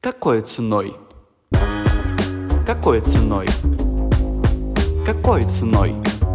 Какой ценой? Какой ценой? Какой ценой?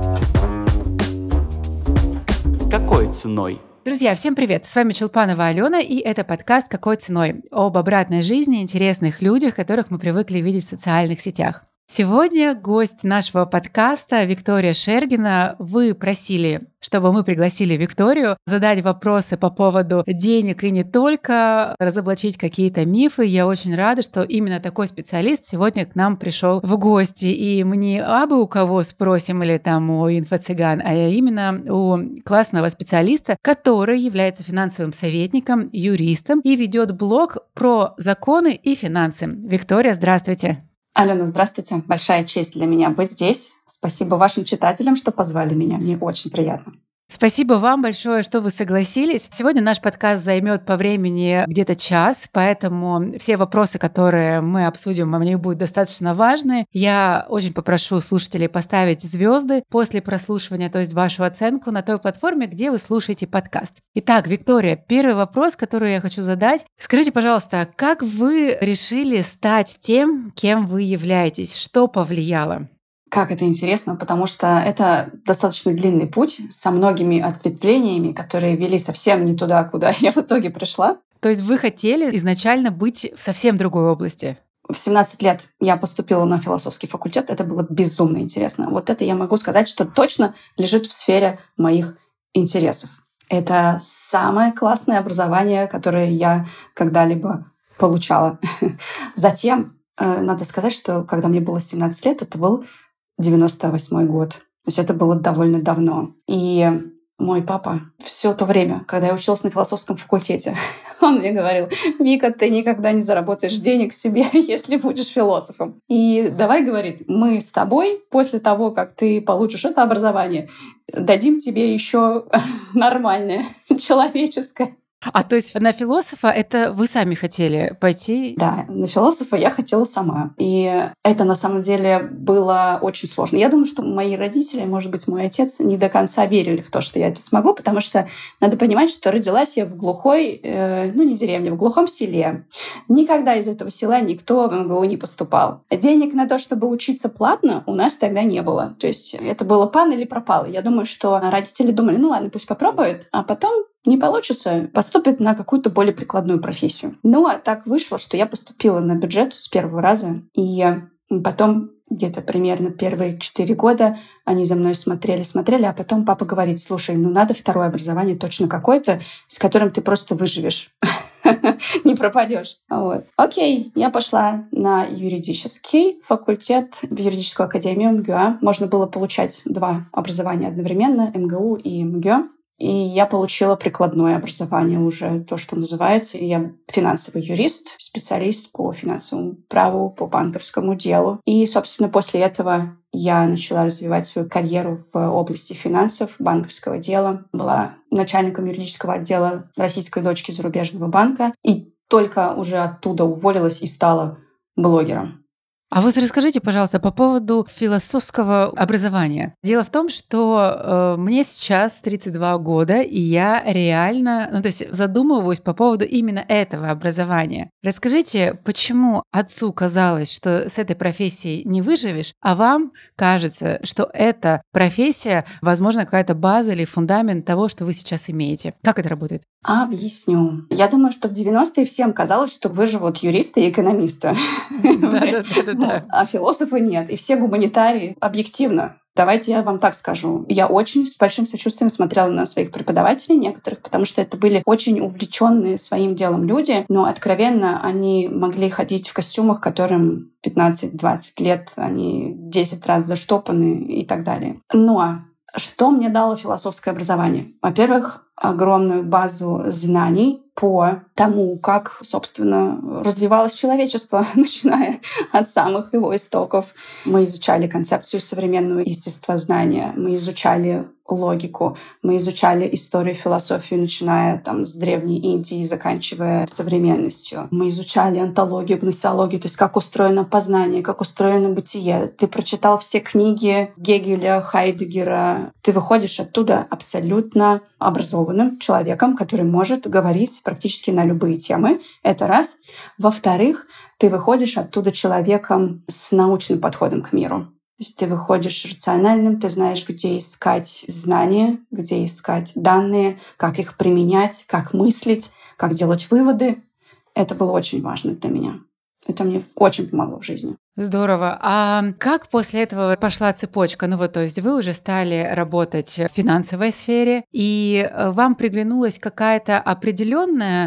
Какой ценой? Друзья, всем привет! С вами Челпанова Алена, и это подкаст «Какой ценой?» об обратной жизни, интересных людях, которых мы привыкли видеть в социальных сетях. Сегодня гость нашего подкаста Виктория Шергина. Вы просили, чтобы мы пригласили Викторию задать вопросы по поводу денег и не только, разоблачить какие-то мифы. Я очень рада, что именно такой специалист сегодня к нам пришел в гости. И мы не абы у кого спросим или там у инфо-цыган, а именно у классного специалиста, который является финансовым советником, юристом и ведет блог про законы и финансы. Виктория, здравствуйте. Алена, здравствуйте. Большая честь для меня быть здесь. Спасибо вашим читателям, что позвали меня. Мне очень приятно. Спасибо вам большое, что вы согласились. Сегодня наш подкаст займет по времени где-то час, поэтому все вопросы, которые мы обсудим, они будут достаточно важны. Я очень попрошу слушателей поставить звезды после прослушивания, то есть вашу оценку на той платформе, где вы слушаете подкаст. Итак, Виктория, первый вопрос, который я хочу задать. Скажите, пожалуйста, как вы решили стать тем, кем вы являетесь? Что повлияло? Как это интересно, потому что это достаточно длинный путь со многими ответвлениями, которые вели совсем не туда, куда я в итоге пришла. То есть вы хотели изначально быть в совсем другой области? В 17 лет я поступила на философский факультет. Это было безумно интересно. Вот это я могу сказать, что точно лежит в сфере моих интересов. Это самое классное образование, которое я когда-либо получала. Затем, надо сказать, что когда мне было 17 лет, это был 98-й год. То есть это было довольно давно. И мой папа все то время, когда я училась на философском факультете, он мне говорил: «Вика, ты никогда не заработаешь денег себе, если будешь философом. И давай, говорит, мы с тобой после того, как ты получишь это образование, дадим тебе еще нормальное, человеческое». А то есть на философа это вы сами хотели пойти? Да, на философа я хотела сама. И это на самом деле было очень сложно. Я думаю, что мои родители, может быть, мой отец не до конца верили в то, что я это смогу, потому что надо понимать, что родилась я в глухой, не деревне, в глухом селе. Никогда из этого села никто в МГУ не поступал. Денег на то, чтобы учиться платно, у нас тогда не было. То есть это было пан или пропало. Я думаю, что родители думали, ну ладно, пусть попробуют, а потом не получится, поступит на какую-то более прикладную профессию. Ну, а так вышло, что я поступила на бюджет с первого раза. И потом где-то примерно первые 4 года они за мной смотрели, а потом папа говорит: слушай, надо второе образование точно какое-то, с которым ты просто выживешь. Не пропадешь. Вот. Окей, я пошла на юридический факультет в юридическую академию МГУ. Можно было получать 2 образования одновременно, МГУ и МГУ. И я получила прикладное образование уже, то, что называется. Я финансовый юрист, специалист по финансовому праву, по банковскому делу. И, собственно, после этого я начала развивать свою карьеру в области финансов, банковского дела. Была начальником юридического отдела российской дочки зарубежного банка. И только уже оттуда уволилась и стала блогером. А вы расскажите, пожалуйста, по поводу философского образования. Дело в том, что мне сейчас 32 года, и я реально, задумываюсь по поводу именно этого образования. Расскажите, почему отцу казалось, что с этой профессией не выживешь, а вам кажется, что эта профессия, возможно, какая-то база или фундамент того, что вы сейчас имеете? Как это работает? Объясню. Я думаю, что в 90-е всем казалось, что выживут юристы и экономисты. Да. А философы нет. И все гуманитарии объективно. Давайте я вам так скажу. Я очень с большим сочувствием смотрела на своих преподавателей некоторых, потому что это были очень увлеченные своим делом люди, но откровенно они могли ходить в костюмах, которым 15-20 лет, они 10 раз заштопаны и так далее. Но что мне дало философское образование? Во-первых, огромную базу знаний по тому, как, собственно, развивалось человечество, начиная от самых его истоков. Мы изучали концепцию современного естествознания, мы изучали логику. Мы изучали историю, философию, начиная с Древней Индии, заканчивая современностью. Мы изучали онтологию, гносеологию, то есть как устроено познание, как устроено бытие. Ты прочитал все книги Гегеля, Хайдеггера. Ты выходишь оттуда абсолютно образованным человеком, который может говорить практически на любые темы. Это раз. Во-вторых, ты выходишь оттуда человеком с научным подходом к миру. То есть ты выходишь рациональным, ты знаешь, где искать знания, где искать данные, как их применять, как мыслить, как делать выводы. Это было очень важно для меня. Это мне очень помогло в жизни. Здорово. А как после этого пошла цепочка? То есть вы уже стали работать в финансовой сфере, и вам приглянулось какая-то определенное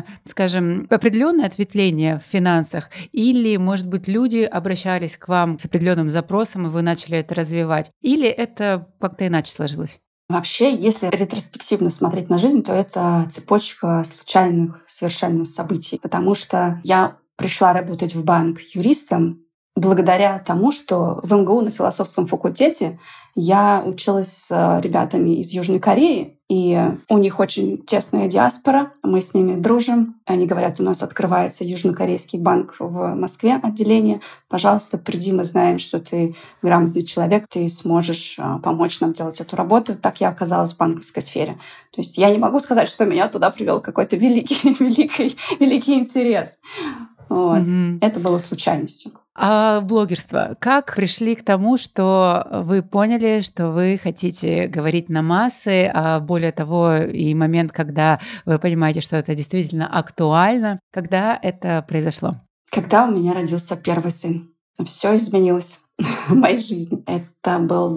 ответвление в финансах, или, может быть, люди обращались к вам с определенным запросом, и вы начали это развивать, или это как-то иначе сложилось? Вообще, если ретроспективно смотреть на жизнь, то это цепочка случайных совершенно событий, потому что я пришла работать в банк юристом благодаря тому, что в МГУ на философском факультете я училась с ребятами из Южной Кореи, и у них очень тесная диаспора, мы с ними дружим. Они говорят, у нас открывается южнокорейский банк в Москве, отделение. Пожалуйста, приди, мы знаем, что ты грамотный человек, ты сможешь помочь нам делать эту работу. Так я оказалась в банковской сфере. То есть я не могу сказать, что меня туда привел какой-то великий интерес. Это было случайностью. А блогерство. Как пришли к тому, что вы поняли, что вы хотите говорить на массы, а более того, и момент, когда вы понимаете, что это действительно актуально, когда это произошло? Когда у меня родился первый сын. Все изменилось в моей жизни. Это был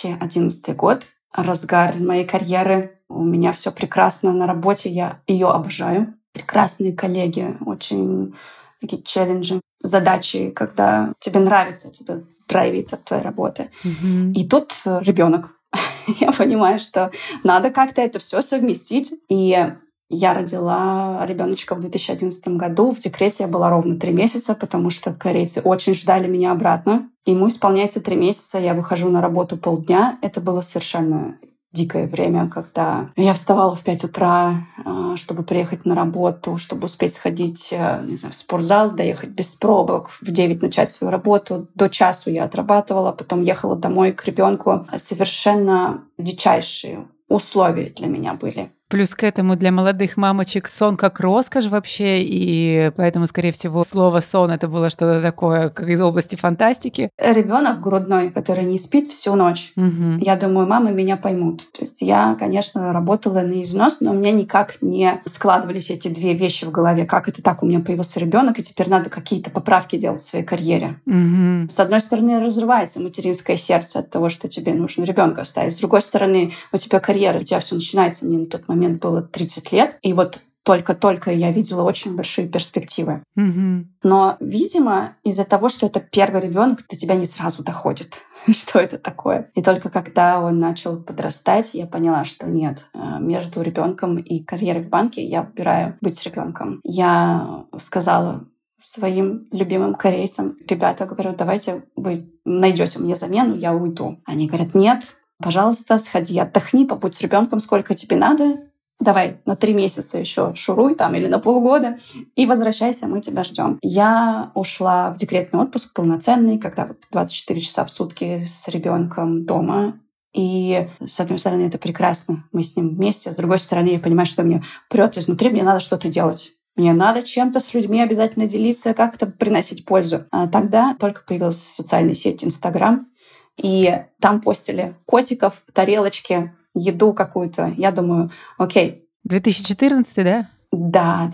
2011 год, разгар моей карьеры. У меня все прекрасно на работе, я ее обожаю. Прекрасные коллеги, очень такие челленджи, задачи, когда тебе нравится, тебе драйвит от твоей работы. И тут ребенок. Я понимаю, что надо как-то это все совместить. И я родила ребеночка в 2011 году. В декрете я была ровно 3 месяца, потому что корейцы очень ждали меня обратно. Ему исполняется 3 месяца, я выхожу на работу полдня. Это было совершенно дикое время, когда я вставала в 5 утра, чтобы приехать на работу, чтобы успеть сходить, в спортзал, доехать без пробок, в 9 начать свою работу. До часу я отрабатывала, потом ехала домой к ребенку. Совершенно дичайшие условия для меня были. Плюс к этому для молодых мамочек сон как роскошь вообще, и поэтому, скорее всего, слово «сон» — это было что-то такое, как из области фантастики. Ребенок грудной, который не спит всю ночь. Я думаю, мамы меня поймут. То есть я, конечно, работала на износ, но у меня никак не складывались эти 2 вещи в голове. Как это так? У меня появился ребенок, и теперь надо какие-то поправки делать в своей карьере. С одной стороны, разрывается материнское сердце от того, что тебе нужно ребенка оставить. С другой стороны, у тебя карьера, у тебя все начинается. Мне на тот момент было 30 лет, и вот только-только я видела очень большие перспективы. Но, видимо, из-за того, что это первый ребенок, до тебя не сразу доходит, что это такое. И только когда он начал подрастать, я поняла, что нет, между ребенком и карьерой в банке я выбираю быть с ребенком. Я сказала своим любимым корейцам: ребята, говорю, давайте вы найдете мне замену, я уйду. Они говорят: нет, пожалуйста, сходи, отдохни, побудь с ребенком сколько тебе надо. Давай на 3 месяца еще шуруй или на полгода и возвращайся, мы тебя ждем. Я ушла в декретный отпуск полноценный, когда 24 часа в сутки с ребенком дома. И с одной стороны, это прекрасно, мы с ним вместе. С другой стороны, я понимаю, что мне прет изнутри, мне надо что-то делать. Мне надо чем-то с людьми обязательно делиться, как-то приносить пользу. А тогда только появилась социальная сеть Инстаграм, и там постили котиков, тарелочки, еду какую-то. Я думаю, окей. 2014, да? Да,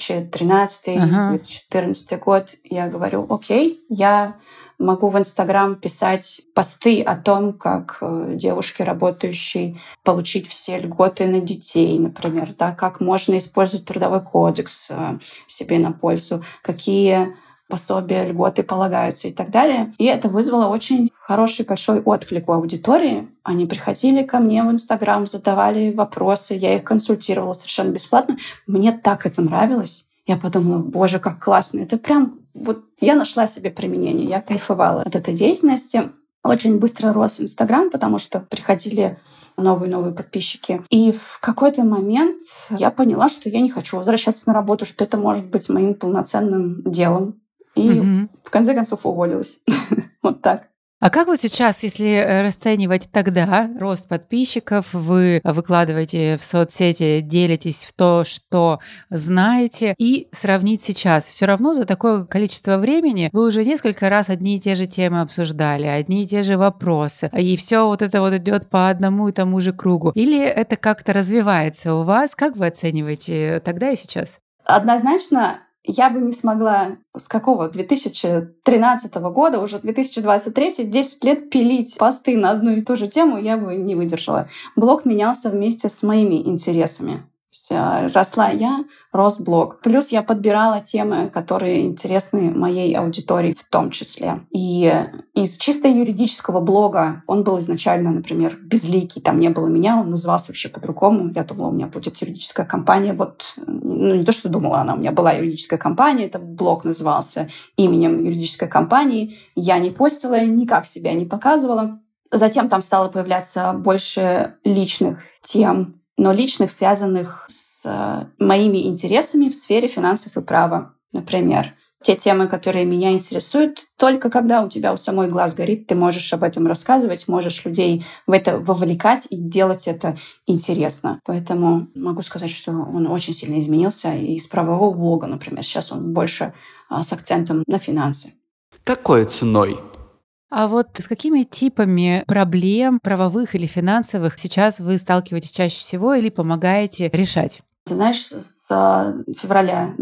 2013-2014 год. Я говорю, окей, я могу в Инстаграм писать посты о том, как девушке, работающей, получить все льготы на детей, например, да, как можно использовать трудовой кодекс себе на пользу, какие пособия, льготы полагаются и так далее. И это вызвало очень хороший большой отклик у аудитории. Они приходили ко мне в Инстаграм, задавали вопросы, я их консультировала совершенно бесплатно. Мне так это нравилось. Я подумала, боже, как классно. Это прям я нашла себе применение, я кайфовала от этой деятельности. Очень быстро рос Инстаграм, потому что приходили новые подписчики. И в какой-то момент я поняла, что я не хочу возвращаться на работу, что это может быть моим полноценным делом. И в конце концов уволилась. Вот так. А как вот сейчас, если расценивать тогда рост подписчиков, вы выкладываете в соцсети, делитесь в то, что знаете, и сравнить сейчас? Все равно за такое количество времени вы уже несколько раз одни и те же темы обсуждали, одни и те же вопросы, и все вот это вот идет по одному и тому же кругу. Или это как-то развивается у вас? Как вы оцениваете тогда и сейчас? Однозначно, я бы не смогла с какого 2013 года, уже 2023, 10 лет пилить посты на одну и ту же тему, я бы не выдержала. Блог менялся вместе с моими интересами. То есть росла я, рос блог. Плюс я подбирала темы, которые интересны моей аудитории в том числе. И из чисто юридического блога он был изначально, например, безликий, там не было меня, он назывался вообще по-другому. Я думала, у меня будет юридическая компания. Не то, что думала она, у меня была юридическая компания, это блог назывался именем юридической компании. Я не постила, никак себя не показывала. Затем там стало появляться больше личных тем, но личных, связанных с моими интересами в сфере финансов и права. Например, те темы, которые меня интересуют, только когда у тебя у самой глаз горит, ты можешь об этом рассказывать, можешь людей в это вовлекать и делать это интересно. Поэтому могу сказать, что он очень сильно изменился. И из правового блога, например, сейчас он больше с акцентом на финансы. Какой ценой? А вот с какими типами проблем правовых или финансовых сейчас вы сталкиваетесь чаще всего или помогаете решать? Ты знаешь, с февраля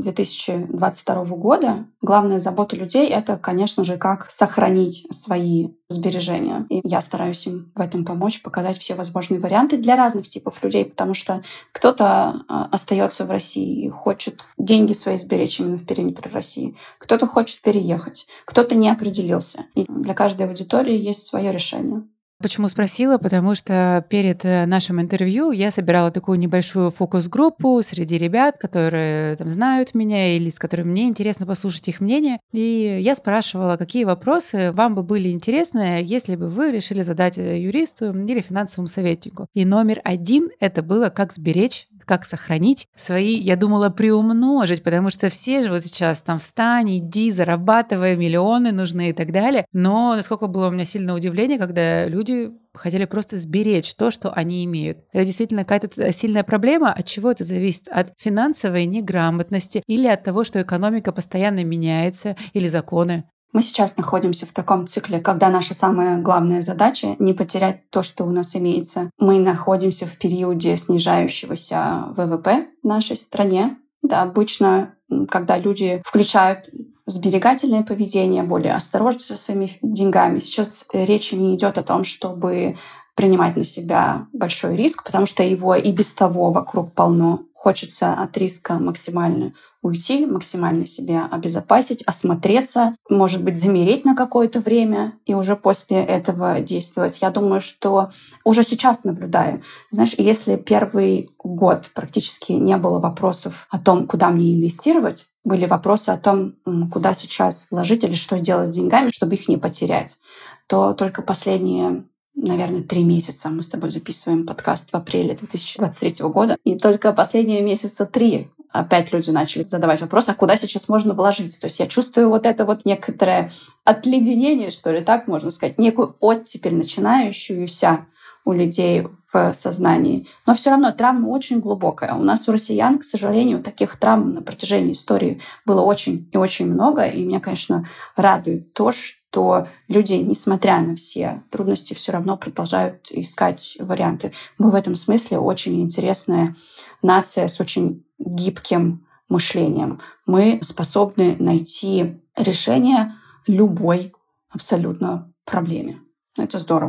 2022 года главная забота людей — это, конечно же, как сохранить свои сбережения. И я стараюсь им в этом помочь, показать все возможные варианты для разных типов людей, потому что кто-то остается в России и хочет деньги свои сберечь именно в периметре России, кто-то хочет переехать, кто-то не определился. И для каждой аудитории есть свое решение. Почему спросила? Потому что перед нашим интервью я собирала такую небольшую фокус-группу среди ребят, которые там знают меня или с которыми мне интересно послушать их мнение. И я спрашивала, какие вопросы вам бы были интересны, если бы вы решили задать юристу или финансовому советнику. И номер 1 это было как сберечь, как сохранить свои, я думала, приумножить, потому что все же вот сейчас там встань, иди, зарабатывай, миллионы нужны и так далее. Но насколько было у меня сильное удивление, когда люди хотели просто сберечь то, что они имеют. Это действительно какая-то сильная проблема. От чего это зависит? От финансовой неграмотности или от того, что экономика постоянно меняется, или законы? Мы сейчас находимся в таком цикле, когда наша самая главная задача — не потерять то, что у нас имеется. Мы находимся в периоде снижающегося ВВП в нашей стране. Да, обычно, когда люди включают сберегательное поведение, более осторожны со своими деньгами, сейчас речи не идет о том, чтобы принимать на себя большой риск, потому что его и без того вокруг полно. Хочется от риска максимально уйти, максимально себя обезопасить, осмотреться, может быть, замереть на какое-то время и уже после этого действовать. Я думаю, что уже сейчас наблюдаю. Знаешь, если первый год практически не было вопросов о том, куда мне инвестировать, были вопросы о том, куда сейчас вложить или что делать с деньгами, чтобы их не потерять, то только последние, наверное, 3 месяца, мы с тобой записываем подкаст в апреле 2023 года, и только последние месяца 3 опять люди начали задавать вопрос, а куда сейчас можно вложить? То есть я чувствую вот это вот некоторое отледенение, что ли, так можно сказать, некую оттепель начинающуюся у людей в сознании. Но все равно травма очень глубокая. У нас, у россиян, к сожалению, таких травм на протяжении истории было очень и очень много. И меня, конечно, радует то, что люди, несмотря на все трудности, все равно продолжают искать варианты. Мы в этом смысле очень интересная нация с очень гибким мышлением. Мы способны найти решение любой абсолютно проблеме. Это здорово.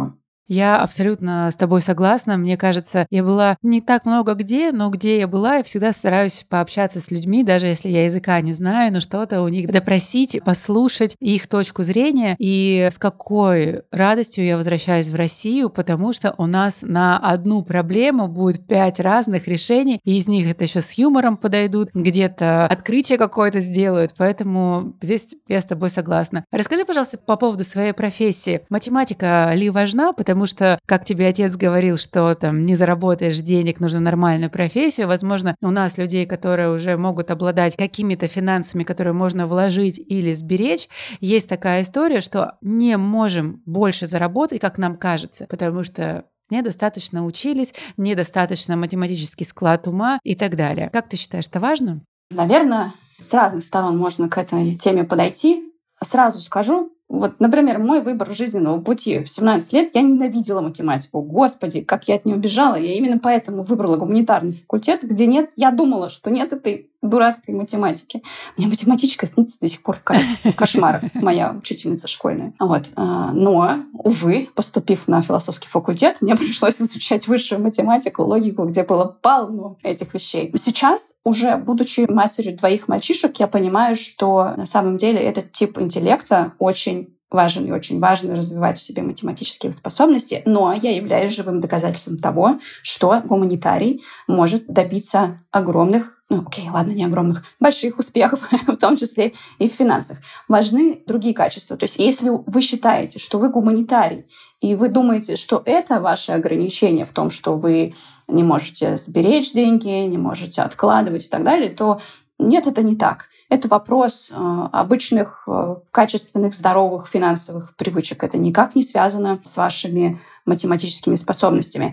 Я абсолютно с тобой согласна. Мне кажется, я была не так много где, но где я была, я всегда стараюсь пообщаться с людьми, даже если я языка не знаю, но что-то у них допросить, послушать их точку зрения. И с какой радостью я возвращаюсь в Россию, потому что у нас на одну проблему будет 5 разных решений, и из них это еще с юмором подойдут, где-то открытие какое-то сделают. Поэтому здесь я с тобой согласна. Расскажи, пожалуйста, по поводу своей профессии. Математика ли важна? Потому что, как тебе отец говорил, что там не заработаешь денег, нужно нормальную профессию. Возможно, у нас людей, которые уже могут обладать какими-то финансами, которые можно вложить или сберечь, есть такая история, что не можем больше заработать, как нам кажется, потому что недостаточно учились, недостаточно математический склад ума и так далее. Как ты считаешь, это важно? Наверное, с разных сторон можно к этой теме подойти. Сразу скажу, вот, например, мой выбор жизненного пути. В 17 лет я ненавидела математику. Господи, как я от нее бежала. Я именно поэтому выбрала гуманитарный факультет, где нет... Я думала, что нет этой дурацкой математики. Мне математичка снится до сих пор в кошмарах. Моя учительница школьная. Вот. Но, увы, поступив на философский факультет, мне пришлось изучать высшую математику, логику, где было полно этих вещей. Сейчас, уже будучи матерью 2 мальчишек, я понимаю, что на самом деле этот тип интеллекта очень важен и очень важно развивать в себе математические способности, но я являюсь живым доказательством того, что гуманитарий может добиться огромных, не огромных, больших успехов, в том числе и в финансах. Важны другие качества. То есть если вы считаете, что вы гуманитарий, и вы думаете, что это ваше ограничение в том, что вы не можете сберечь деньги, не можете откладывать и так далее, то нет, это не так. Это вопрос обычных, качественных, здоровых финансовых привычек. Это никак не связано с вашими математическими способностями.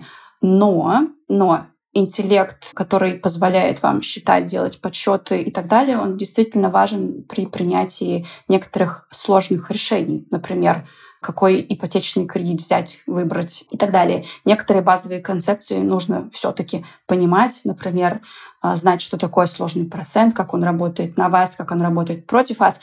Но интеллект, который позволяет вам считать, делать подсчеты и так далее, он действительно важен при принятии некоторых сложных решений. Например, какой ипотечный кредит взять, выбрать и так далее. Некоторые базовые концепции нужно все-таки понимать. Например, знать, что такое сложный процент, как он работает на вас, как он работает против вас.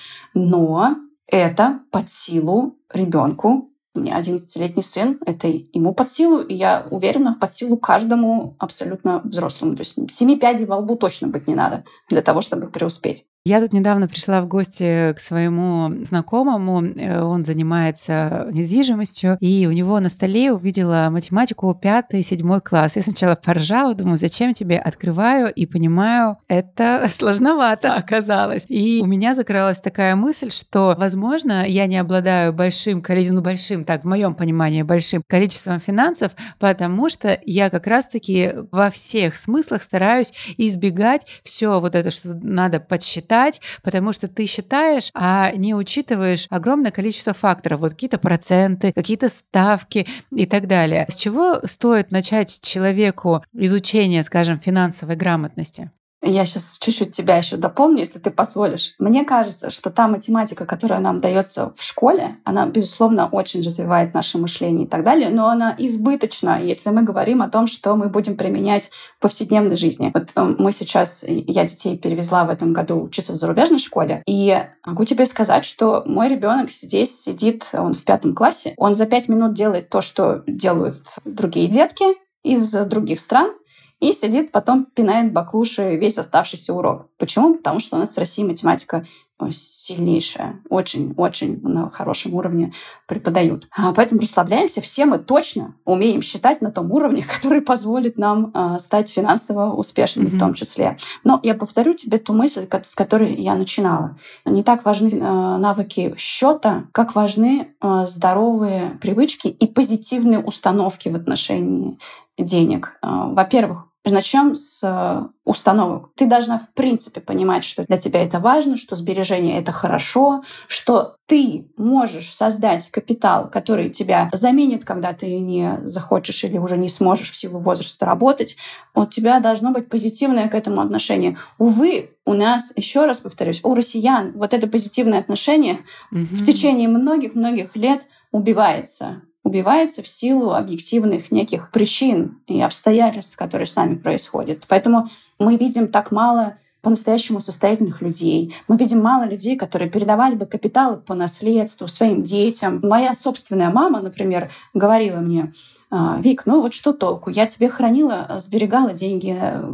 Но это под силу ребенку. У меня 11-летний сын, это ему под силу, и я уверена, под силу каждому абсолютно взрослому. То есть 7 пядей во лбу точно быть не надо для того, чтобы преуспеть. Я тут недавно пришла в гости к своему знакомому, он занимается недвижимостью, и у него на столе увидела математику 5-7 класс. Я сначала поржала, думаю, зачем тебе? Открываю и понимаю, это сложновато оказалось. И у меня закралась такая мысль, что, возможно, я не обладаю большим количеством, в моем понимании, большим количеством финансов, потому что я как раз-таки во всех смыслах стараюсь избегать все вот это, что надо подсчитать, потому что ты считаешь, а не учитываешь огромное количество факторов, вот какие-то проценты, какие-то ставки и так далее. С чего стоит начать человеку изучение, скажем, финансовой грамотности? Я сейчас чуть-чуть тебя еще дополню, если ты позволишь. Мне кажется, что та математика, которая нам дается в школе, она, безусловно, очень развивает наше мышление и так далее, но она избыточна, если мы говорим о том, что мы будем применять в повседневной жизни. Вот мы сейчас, я детей перевезла в этом году учиться в зарубежной школе, и могу тебе сказать, что мой ребенок здесь сидит, он в 5 классе, он за 5 минут делает то, что делают другие детки из других стран, и сидит, потом пинает баклуши весь оставшийся урок. Почему? Потому что у нас в России математика сильнейшая, очень-очень на хорошем уровне преподают. Поэтому расслабляемся. Все мы точно умеем считать на том уровне, который позволит нам стать финансово успешными в том числе. Но я повторю тебе ту мысль, с которой я начинала. Не так важны навыки счета, как важны здоровые привычки и позитивные установки в отношении денег. Во-первых, начнем с установок. Ты должна, в принципе, понимать, что для тебя это важно, что сбережение — это хорошо, что ты можешь создать капитал, который тебя заменит, когда ты не захочешь или уже не сможешь в силу возраста работать. У тебя должно быть позитивное к этому отношение. Увы, у нас, еще раз повторюсь, у россиян вот это позитивное отношение в течение многих-многих лет убивается в силу объективных неких причин и обстоятельств, которые с нами происходят. Поэтому мы видим так мало по-настоящему состоятельных людей. Мы видим мало людей, которые передавали бы капиталы по наследству своим детям. Моя собственная мама, например, говорила мне: Вик, ну вот что толку? Я тебе хранила, сберегала деньги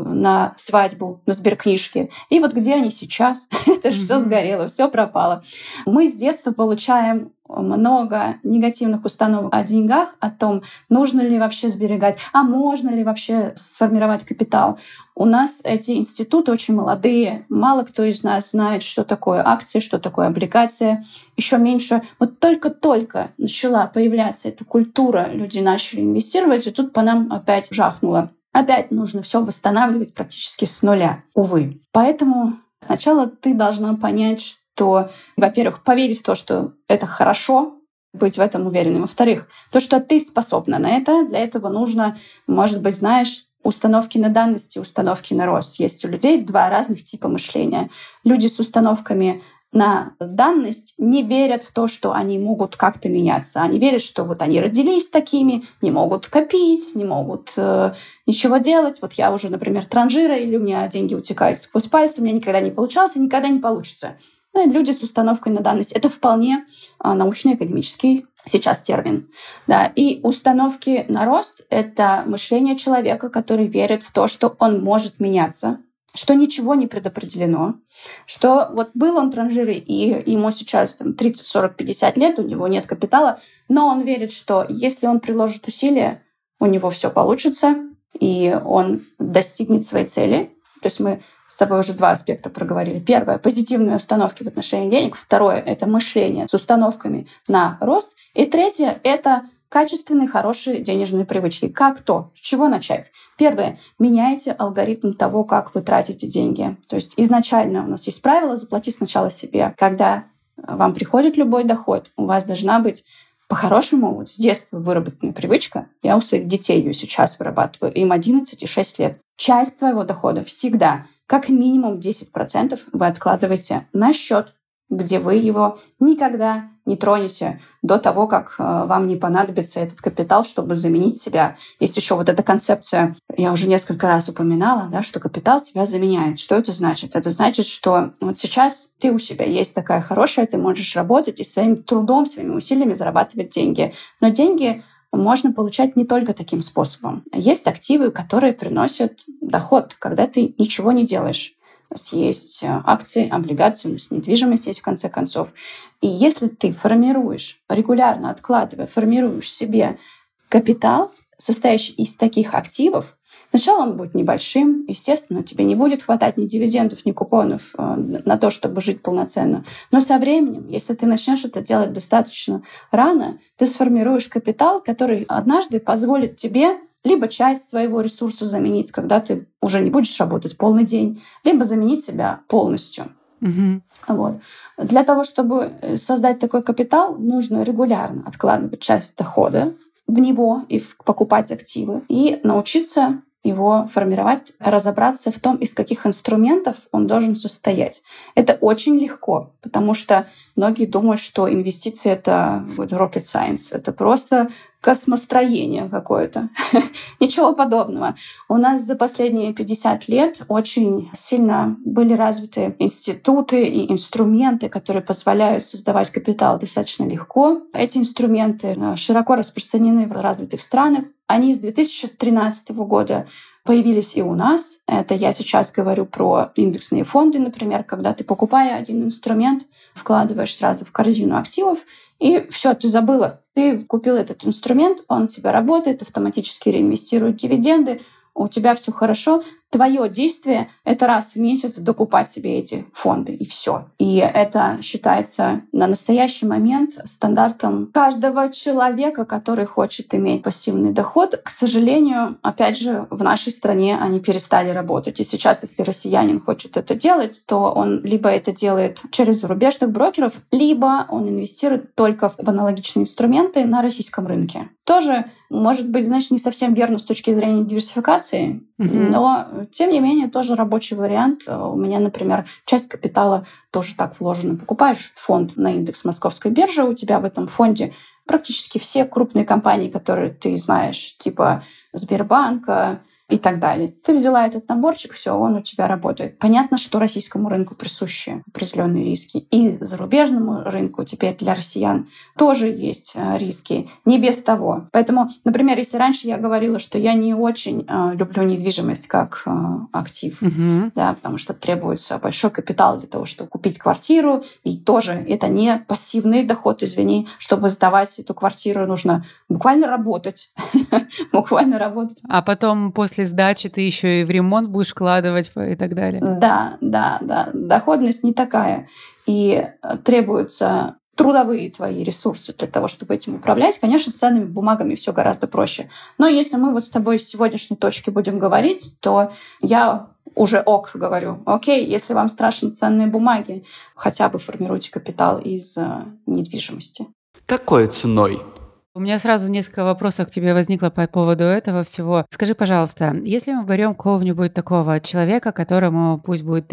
на свадьбу, на сберкнижке. И вот где они сейчас? Это же все сгорело, все пропало. Мы с детства получаем много негативных установок о деньгах, о том, нужно ли вообще сберегать, а можно ли вообще сформировать капитал. У нас эти институты очень молодые. Мало кто из нас знает, что такое акции, что такое облигация. Еще меньше. Вот только-только начала появляться эта культура, люди начали инвестировать, и тут по нам опять жахнуло. Опять нужно все восстанавливать практически с нуля, увы. Поэтому сначала ты должна понять, что, во-первых, поверить в то, что это хорошо, быть в этом уверенным. Во-вторых, то, что ты способна на это, для этого нужно, может быть, знаешь, установки на данность и установки на рост. Есть у людей два разных типа мышления. Люди с установками на данность не верят в то, что они могут как-то меняться. Они верят, что вот они родились такими, не могут копить, не могут ничего делать. Вот я уже, например, транжира, или у меня деньги утекают сквозь пальцы, у меня никогда не получалось и никогда не получится. Люди с установкой на данность. Это вполне научно-академический сейчас термин. Да. И установки на рост — это мышление человека, который верит в то, что он может меняться, что ничего не предопределено, что вот был он транжирой, и ему сейчас 30, 40, 50 лет, у него нет капитала, но он верит, что если он приложит усилия, у него все получится, и он достигнет своей цели. То есть мы с тобой уже два аспекта проговорили. Первое — позитивные установки в отношении денег. Второе — это мышление с установками на рост. И третье — это качественные, хорошие денежные привычки. Как то? С чего начать? Первое — меняйте алгоритм того, как вы тратите деньги. То есть изначально у нас есть правило: заплати сначала себе. Когда вам приходит любой доход, у вас должна быть по-хорошему вот с детства выработанная привычка. Я у своих детей ее сейчас вырабатываю. Им 11 и 6 лет. Часть своего дохода всегда, как минимум 10% вы откладываете на счет, где вы его никогда не тронете до того, как вам не понадобится этот капитал, чтобы заменить себя. Есть еще вот эта концепция, я уже несколько раз упоминала, да, что капитал тебя заменяет. Что это значит? Это значит, что вот сейчас ты у себя есть такая хорошая, ты можешь работать и своим трудом, своими усилиями зарабатывать деньги. Но деньги можно получать не только таким способом. Есть активы, которые приносят доход, когда ты ничего не делаешь. У нас есть акции, облигации, у нас недвижимость есть в конце концов. И если ты формируешь, регулярно откладывая, формируешь себе капитал, состоящий из таких активов, сначала он будет небольшим, естественно, тебе не будет хватать ни дивидендов, ни купонов на то, чтобы жить полноценно. Но со временем, если ты начнешь это делать достаточно рано, ты сформируешь капитал, который однажды позволит тебе либо часть своего ресурса заменить, когда ты уже не будешь работать полный день, либо заменить себя полностью. Вот. Для того, чтобы создать такой капитал, нужно регулярно откладывать часть дохода в него и покупать активы, и научиться его формировать, разобраться в том, из каких инструментов он должен состоять. Это очень легко, потому что многие думают, что инвестиции — это rocket science, это просто космостроение какое-то. Ничего подобного. У нас за последние 50 лет очень сильно были развиты институты и инструменты, которые позволяют создавать капитал достаточно легко. Эти инструменты широко распространены в развитых странах. Они с 2013 года появились и у нас. Это я сейчас говорю про индексные фонды, например, когда ты, покупая один инструмент, вкладываешь сразу в корзину активов, и все, ты забыла. Ты купил этот инструмент, он у тебя работает, автоматически реинвестирует дивиденды, у тебя все хорошо. Твое действие — это раз в месяц докупать себе эти фонды, и все. И это считается на настоящий момент стандартом каждого человека, который хочет иметь пассивный доход. К сожалению, опять же, в нашей стране они перестали работать. И сейчас, если россиянин хочет это делать, то он либо это делает через зарубежных брокеров, либо он инвестирует только в аналогичные инструменты на российском рынке. Тоже, может быть, знаешь, не совсем верно с точки зрения диверсификации, но тем не менее, тоже рабочий вариант. У меня, например, часть капитала тоже так вложена. Покупаешь фонд на индекс Московской биржи, у тебя в этом фонде практически все крупные компании, которые ты знаешь, типа Сбербанка, и так далее. Ты взяла этот наборчик, все, он у тебя работает. Понятно, что российскому рынку присущи определенные риски. И зарубежному рынку теперь для россиян тоже есть риски. Не без того. Поэтому, например, если раньше я говорила, что я не очень люблю недвижимость как актив, да, потому что требуется большой капитал для того, чтобы купить квартиру, и тоже это не пассивный доход, извини. Чтобы сдавать эту квартиру, нужно буквально работать. Буквально работать. А потом после сдачи ты еще и в ремонт будешь вкладывать и так далее. Да. Доходность не такая. И требуются трудовые твои ресурсы для того, чтобы этим управлять. Конечно, с ценными бумагами все гораздо проще. Но если мы вот с тобой с сегодняшней точки будем говорить, то я уже говорю. Окей, если вам страшны ценные бумаги, хотя бы формируйте капитал из недвижимости. Какой ценой? У меня сразу несколько вопросов к тебе возникло по поводу этого всего. Скажи, пожалуйста, если мы берем кого-нибудь такого человека, которому пусть будет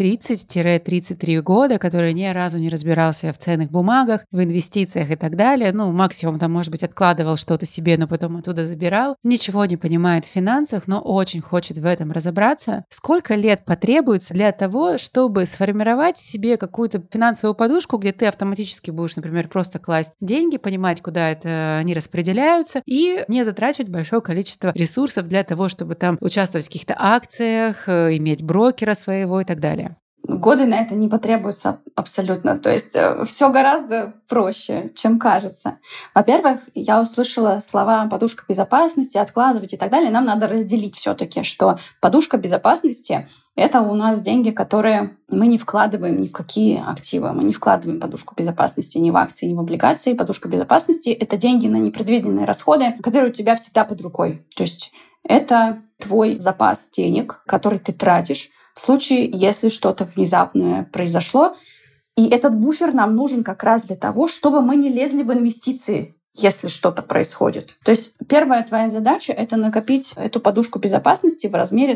30-33 года, который ни разу не разбирался в ценных бумагах, в инвестициях и так далее, максимум там, может быть, откладывал что-то себе, но потом оттуда забирал, ничего не понимает в финансах, но очень хочет в этом разобраться, сколько лет потребуется для того, чтобы сформировать себе какую-то финансовую подушку, где ты автоматически будешь, например, просто класть деньги, понимать, куда это они распределяются, и не затрачивать большое количество ресурсов для того, чтобы там участвовать в каких-то акциях, иметь брокера своего и так далее. Годы на это не потребуются абсолютно. То есть все гораздо проще, чем кажется. Во-первых, я услышала слова «подушка безопасности», «откладывать» и так далее. Нам надо разделить все-таки, что подушка безопасности — это у нас деньги, которые мы не вкладываем ни в какие активы. Мы не вкладываем подушку безопасности ни в акции, ни в облигации. Подушка безопасности — это деньги на непредвиденные расходы, которые у тебя всегда под рукой. То есть это твой запас денег, который ты тратишь в случае, если что-то внезапное произошло. И этот буфер нам нужен как раз для того, чтобы мы не лезли в инвестиции, если что-то происходит. То есть первая твоя задача — это накопить эту подушку безопасности в размере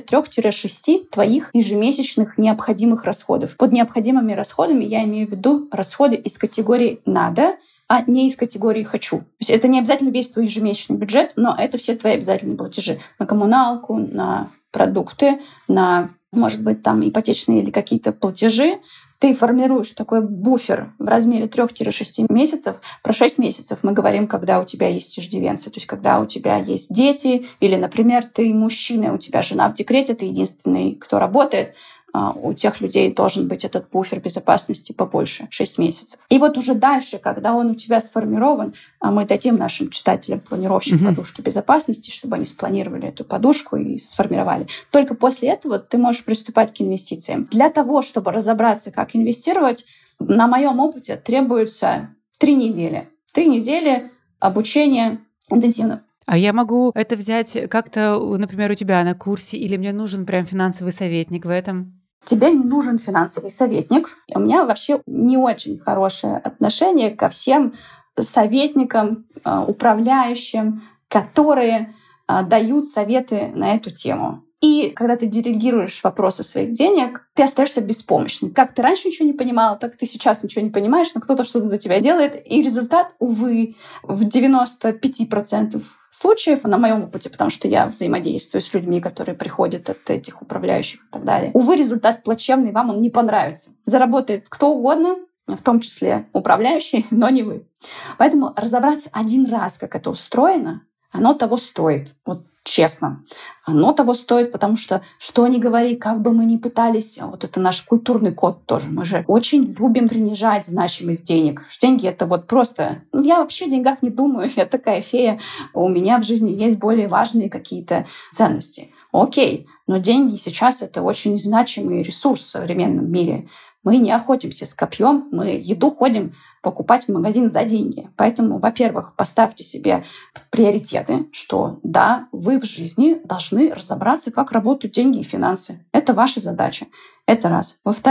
3-6 твоих ежемесячных необходимых расходов. Под необходимыми расходами я имею в виду расходы из категории «надо», а не из категории «хочу». То есть это не обязательно весь твой ежемесячный бюджет, но это все твои обязательные платежи на коммуналку, на продукты, на, может быть, там ипотечные или какие-то платежи. Ты формируешь такой буфер в размере 3-6 месяцев. Про 6 месяцев мы говорим, когда у тебя есть иждивенцы, то есть когда у тебя есть дети, или, например, ты мужчина, у тебя жена в декрете, ты единственный, кто работает. У тех людей должен быть этот буфер безопасности побольше, 6 месяцев. И вот уже дальше, когда он у тебя сформирован, мы дадим нашим читателям планировщик подушки безопасности, чтобы они спланировали эту подушку и сформировали. Только после этого ты можешь приступать к инвестициям. Для того, чтобы разобраться, как инвестировать, на моем опыте требуется 3 недели. 3 недели обучения интенсивно. А я могу это взять как-то, например, у тебя на курсе, или мне нужен прям финансовый советник в этом? Тебе не нужен финансовый советник. У меня вообще не очень хорошее отношение ко всем советникам, управляющим, которые дают советы на эту тему. И когда ты делегируешь вопросы своих денег, ты остаешься беспомощным. Как ты раньше ничего не понимала, так ты сейчас ничего не понимаешь, но кто-то что-то за тебя делает. И результат, увы, в 95% случаев, на моем опыте, потому что я взаимодействую с людьми, которые приходят от этих управляющих и так далее. Увы, результат плачевный, вам он не понравится. Заработает кто угодно, в том числе управляющий, но не вы. Поэтому разобраться один раз, как это устроено, оно того стоит. Вот честно. Оно того стоит, потому что ни говори, как бы мы ни пытались, вот это наш культурный код тоже. Мы же очень любим принижать значимость денег. Деньги — это вот просто... Я вообще о деньгах не думаю, я такая фея. У меня в жизни есть более важные какие-то ценности. Окей, но деньги сейчас — это очень значимый ресурс в современном мире. Мы не охотимся с копьем, мы еду ходим покупать в магазин за деньги. Поэтому, во-первых, поставьте себе в приоритеты, что да, вы в жизни должны разобраться, как работают деньги и финансы. Это ваша задача. Это раз. Во-вторых,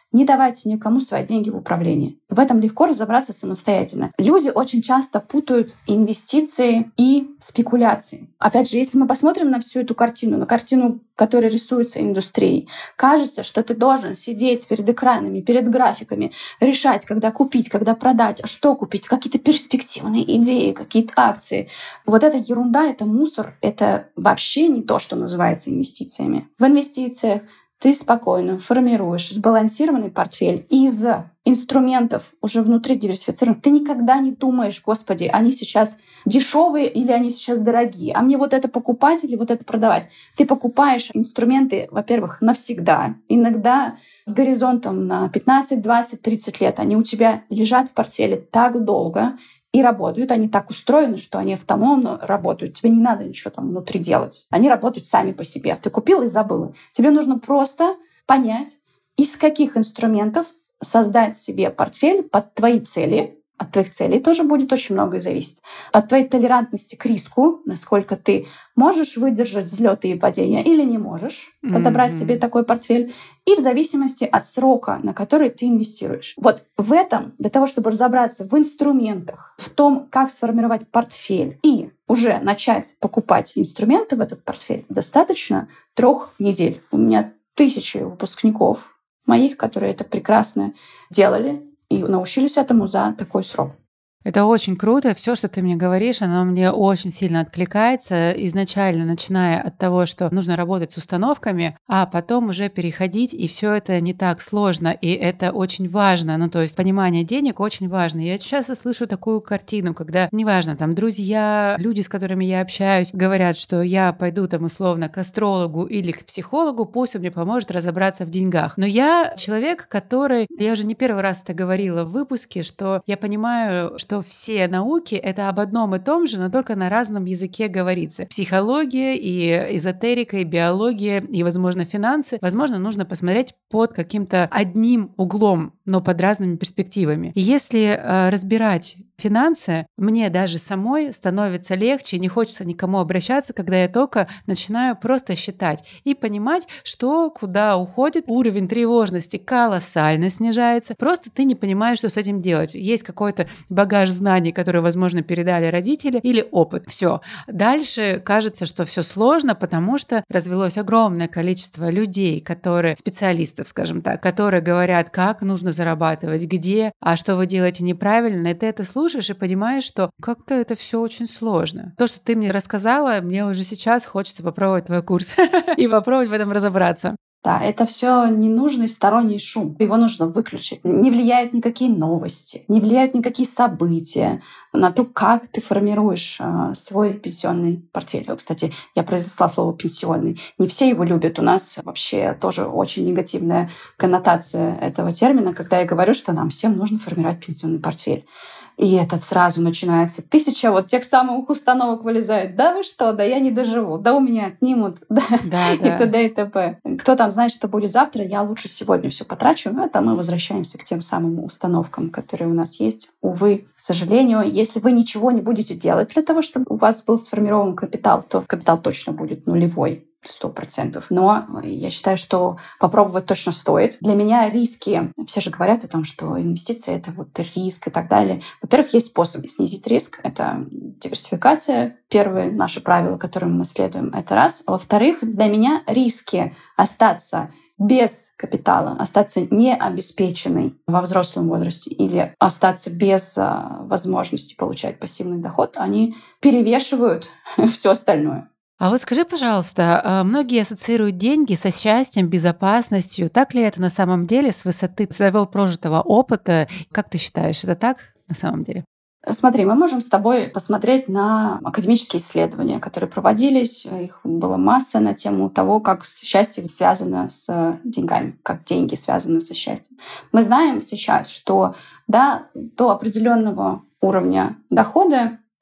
Не давайте никому свои деньги в управление. В этом легко разобраться самостоятельно. Люди очень часто путают инвестиции и спекуляции. Опять же, если мы посмотрим на всю эту картину, на картину, которая рисуется индустрией, кажется, что ты должен сидеть перед экранами, перед графиками, решать, когда купить, когда продать, что купить, какие-то перспективные идеи, какие-то акции. Вот эта ерунда, это мусор, это вообще не то, что называется инвестициями. В инвестициях ты спокойно формируешь сбалансированный портфель из инструментов уже внутри диверсифицированных. Ты никогда не думаешь, господи, они сейчас дешевые или они сейчас дорогие, а мне вот это покупать или вот это продавать. Ты покупаешь инструменты, во-первых, навсегда, иногда с горизонтом на 15, 20, 30 лет. Они у тебя лежат в портфеле так долго, и работают. Они так устроены, что они автономно работают. Тебе не надо ничего там внутри делать. Они работают сами по себе. Ты купил и забыл. Тебе нужно просто понять, из каких инструментов создать себе портфель под твои цели. От твоих целей тоже будет очень многое зависеть. От твоей толерантности к риску, насколько ты можешь выдержать взлеты и падения или не можешь подобрать себе такой портфель. И в зависимости от срока, на который ты инвестируешь. Вот в этом, для того, чтобы разобраться в инструментах, в том, как сформировать портфель и уже начать покупать инструменты в этот портфель, достаточно 3 недель. У меня тысячи выпускников моих, которые это прекрасно делали и научились этому за такой срок. Это очень круто. Все, что ты мне говоришь, оно мне очень сильно откликается. Изначально, начиная от того, что нужно работать с установками, а потом уже переходить, и все это не так сложно, и это очень важно. Ну, то есть понимание денег очень важно. Я часто слышу такую картину, когда, неважно, там, друзья, люди, с которыми я общаюсь, говорят, что я пойду там условно к астрологу или к психологу, пусть он мне поможет разобраться в деньгах. Но я человек, который, я уже не первый раз это говорила в выпуске, что я понимаю, что все науки — это об одном и том же, но только на разном языке говорится. Психология и эзотерика, и биология, и, возможно, финансы. Возможно, нужно посмотреть под каким-то одним углом, но под разными перспективами. И если разбирать финансы, мне даже самой становится легче, не хочется никому обращаться, когда я только начинаю просто считать и понимать, что куда уходит. Уровень тревожности колоссально снижается. Просто ты не понимаешь, что с этим делать. Есть какой-то багаж знаний, которые, возможно, передали родители, или опыт. Все. Дальше кажется, что все сложно, потому что развелось огромное количество людей, которые, специалистов, скажем так, которые говорят, как нужно зарабатывать, где, а что вы делаете неправильно, и ты это слушаешь и понимаешь, что как-то это все очень сложно. То, что ты мне рассказала, мне уже сейчас хочется попробовать твой курс и попробовать в этом разобраться. Да, это все ненужный сторонний шум. Его нужно выключить. Не влияют никакие новости, не влияют никакие события на то, как ты формируешь свой пенсионный портфель. Кстати, я произнесла слово «пенсионный». Не все его любят. У нас вообще тоже очень негативная коннотация этого термина, когда я говорю, что нам всем нужно формировать пенсионный портфель. И этот сразу начинается 1000 вот тех самых установок вылезает. Да вы что, да я не доживу, да у меня отнимут, да. И т.д. и т.п. Кто там знает, что будет завтра, я лучше сегодня все потрачу. Это мы возвращаемся к тем самым установкам, которые у нас есть. Увы, к сожалению, если вы ничего не будете делать для того, чтобы у вас был сформирован капитал, то капитал точно будет нулевой. 100%. Но я считаю, что попробовать точно стоит. Для меня риски, все же говорят о том, что инвестиции — это вот риск и так далее. Во-первых, есть способы снизить риск. Это диверсификация. Первое наше правило, которым мы следуем, это раз. А во-вторых, для меня риски остаться без капитала, остаться необеспеченной во взрослом возрасте или остаться без возможности получать пассивный доход, они перевешивают все остальное. А вот скажи, пожалуйста, многие ассоциируют деньги со счастьем, безопасностью. Так ли это на самом деле с высоты своего прожитого опыта? Как ты считаешь, это так на самом деле? Смотри, мы можем с тобой посмотреть на академические исследования, которые проводились. Их была масса на тему того, как счастье связано с деньгами, как деньги связаны со счастьем. Мы знаем сейчас, что до определенного уровня дохода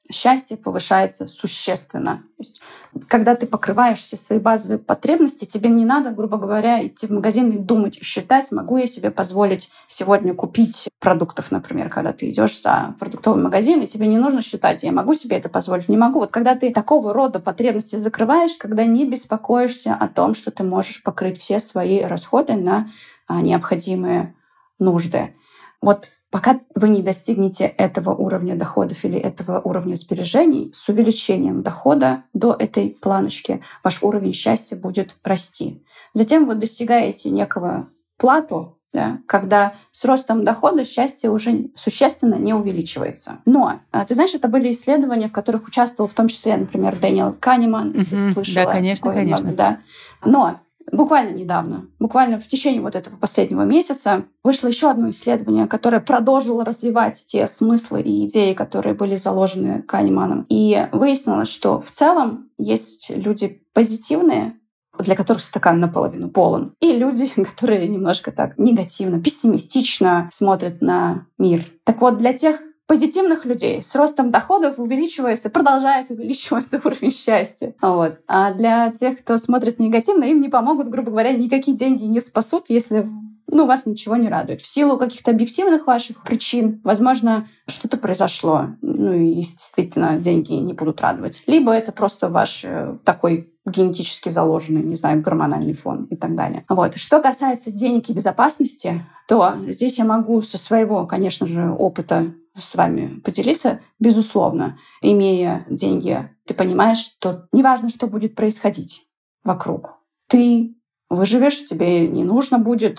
счастье повышается существенно. То есть, когда ты покрываешь все свои базовые потребности, тебе не надо, грубо говоря, идти в магазин и думать, считать, могу я себе позволить сегодня купить продуктов, например, когда ты идешь за продуктовый магазин, и тебе не нужно считать, я могу себе это позволить, не могу. Вот когда ты такого рода потребности закрываешь, когда не беспокоишься о том, что ты можешь покрыть все свои расходы на необходимые нужды. Вот пока вы не достигнете этого уровня доходов или этого уровня сбережений, с увеличением дохода до этой планочки ваш уровень счастья будет расти. Затем вы достигаете некого плато, да, когда с ростом дохода счастье уже существенно не увеличивается. Но, ты знаешь, это были исследования, в которых участвовал в том числе, например, Дэниел Канеман, если слышала. Да, конечно, конечно. Да. Но буквально недавно, буквально в течение вот этого последнего месяца вышло еще одно исследование, которое продолжило развивать те смыслы и идеи, которые были заложены Канеманом. И выяснилось, что в целом есть люди позитивные, для которых стакан наполовину полон, и люди, которые немножко так негативно, пессимистично смотрят на мир. Так вот, для тех позитивных людей с ростом доходов продолжает увеличиваться уровень счастья. Вот. А для тех, кто смотрит негативно, им не помогут, грубо говоря, никакие деньги не спасут, если вас ничего не радует. В силу каких-то объективных ваших причин, возможно, что-то произошло, и действительно деньги не будут радовать. Либо это просто ваш такой генетически заложенный, не знаю, гормональный фон и так далее. Вот. Что касается денег и безопасности, то здесь я могу со своего, конечно же, опыта с вами поделиться. Безусловно, имея деньги, ты понимаешь, что неважно, что будет происходить вокруг. Ты выживешь, тебе не нужно будет,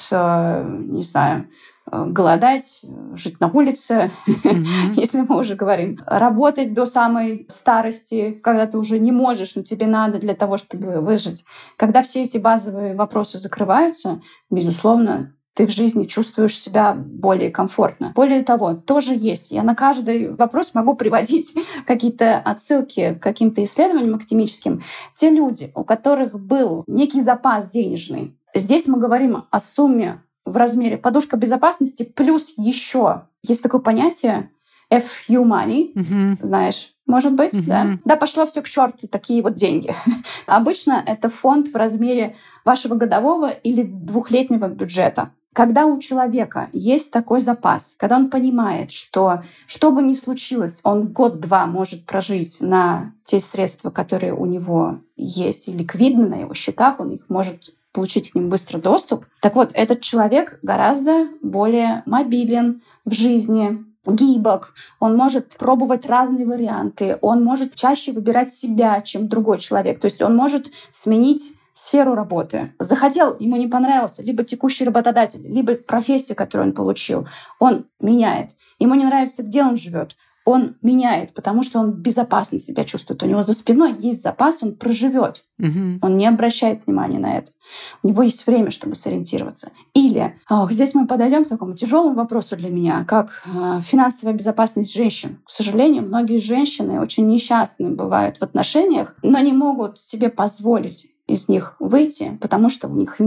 не знаю, голодать, жить на улице, если мы уже говорим, работать до самой старости, когда ты уже не можешь, но тебе надо для того, чтобы выжить. Когда все эти базовые вопросы закрываются, безусловно, ты в жизни чувствуешь себя более комфортно. Более того, тоже есть. Я на каждый вопрос могу приводить какие-то отсылки к каким-то исследованиям академическим. Те люди, у которых был некий запас денежный, здесь мы говорим о сумме в размере подушка безопасности плюс еще. Есть такое понятие FU money, знаешь, может быть, да? Да, пошло все к черту, такие вот деньги. Обычно это фонд в размере вашего годового или двухлетнего бюджета. Когда у человека есть такой запас, когда он понимает, что бы ни случилось, он год-два может прожить на те средства, которые у него есть и ликвидны на его счетах, он их может получить к ним быстро доступ. Так вот, этот человек гораздо более мобилен в жизни, гибок, он может пробовать разные варианты, он может чаще выбирать себя, чем другой человек. То есть он может сменить сферу работы. Захотел, ему не понравился либо текущий работодатель, либо профессия, которую он получил. Он меняет. Ему не нравится, где он живет. Он меняет, потому что он безопасно себя чувствует. У него за спиной есть запас, он проживет. Он не обращает внимания на это. У него есть время, чтобы сориентироваться. Или здесь мы подойдем к такому тяжелому вопросу для меня, как финансовая безопасность женщин. К сожалению, многие женщины очень несчастны бывают в отношениях, но не могут себе позволить из них выйти, потому что у них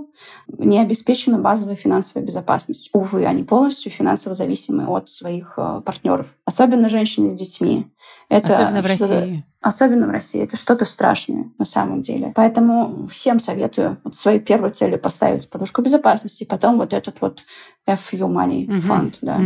не обеспечена базовая финансовая безопасность. Увы, они полностью финансово зависимы от своих партнеров. Особенно женщины с детьми. Особенно в России. Особенно в России. Это что-то страшное на самом деле. Поэтому всем советую своей первой целью поставить подушку безопасности, потом вот этот вот FU Money фонд. Да.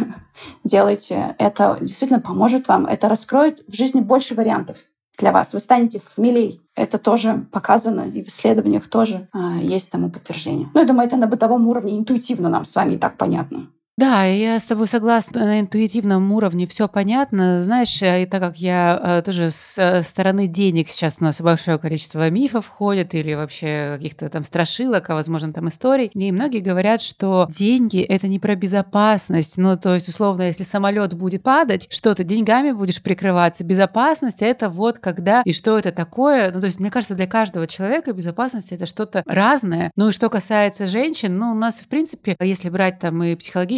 Делайте. Это действительно поможет вам. Это раскроет в жизни больше вариантов для вас. Вы станете смелей. Это тоже показано, и в исследованиях тоже есть тому подтверждение. Я думаю, это на бытовом уровне интуитивно нам с вами и так понятно. Да, я с тобой согласна, на интуитивном уровне все понятно. Знаешь, и так как я тоже с стороны денег сейчас у нас большое количество мифов ходит или вообще каких-то там страшилок, а возможно там историй, и многие говорят, что деньги — это не про безопасность. То есть, условно, если самолет будет падать, что ты деньгами будешь прикрываться. Безопасность — это вот когда и что это такое. То есть, мне кажется, для каждого человека безопасность — это что-то разное. И что касается женщин, у нас, в принципе, если брать там и психологически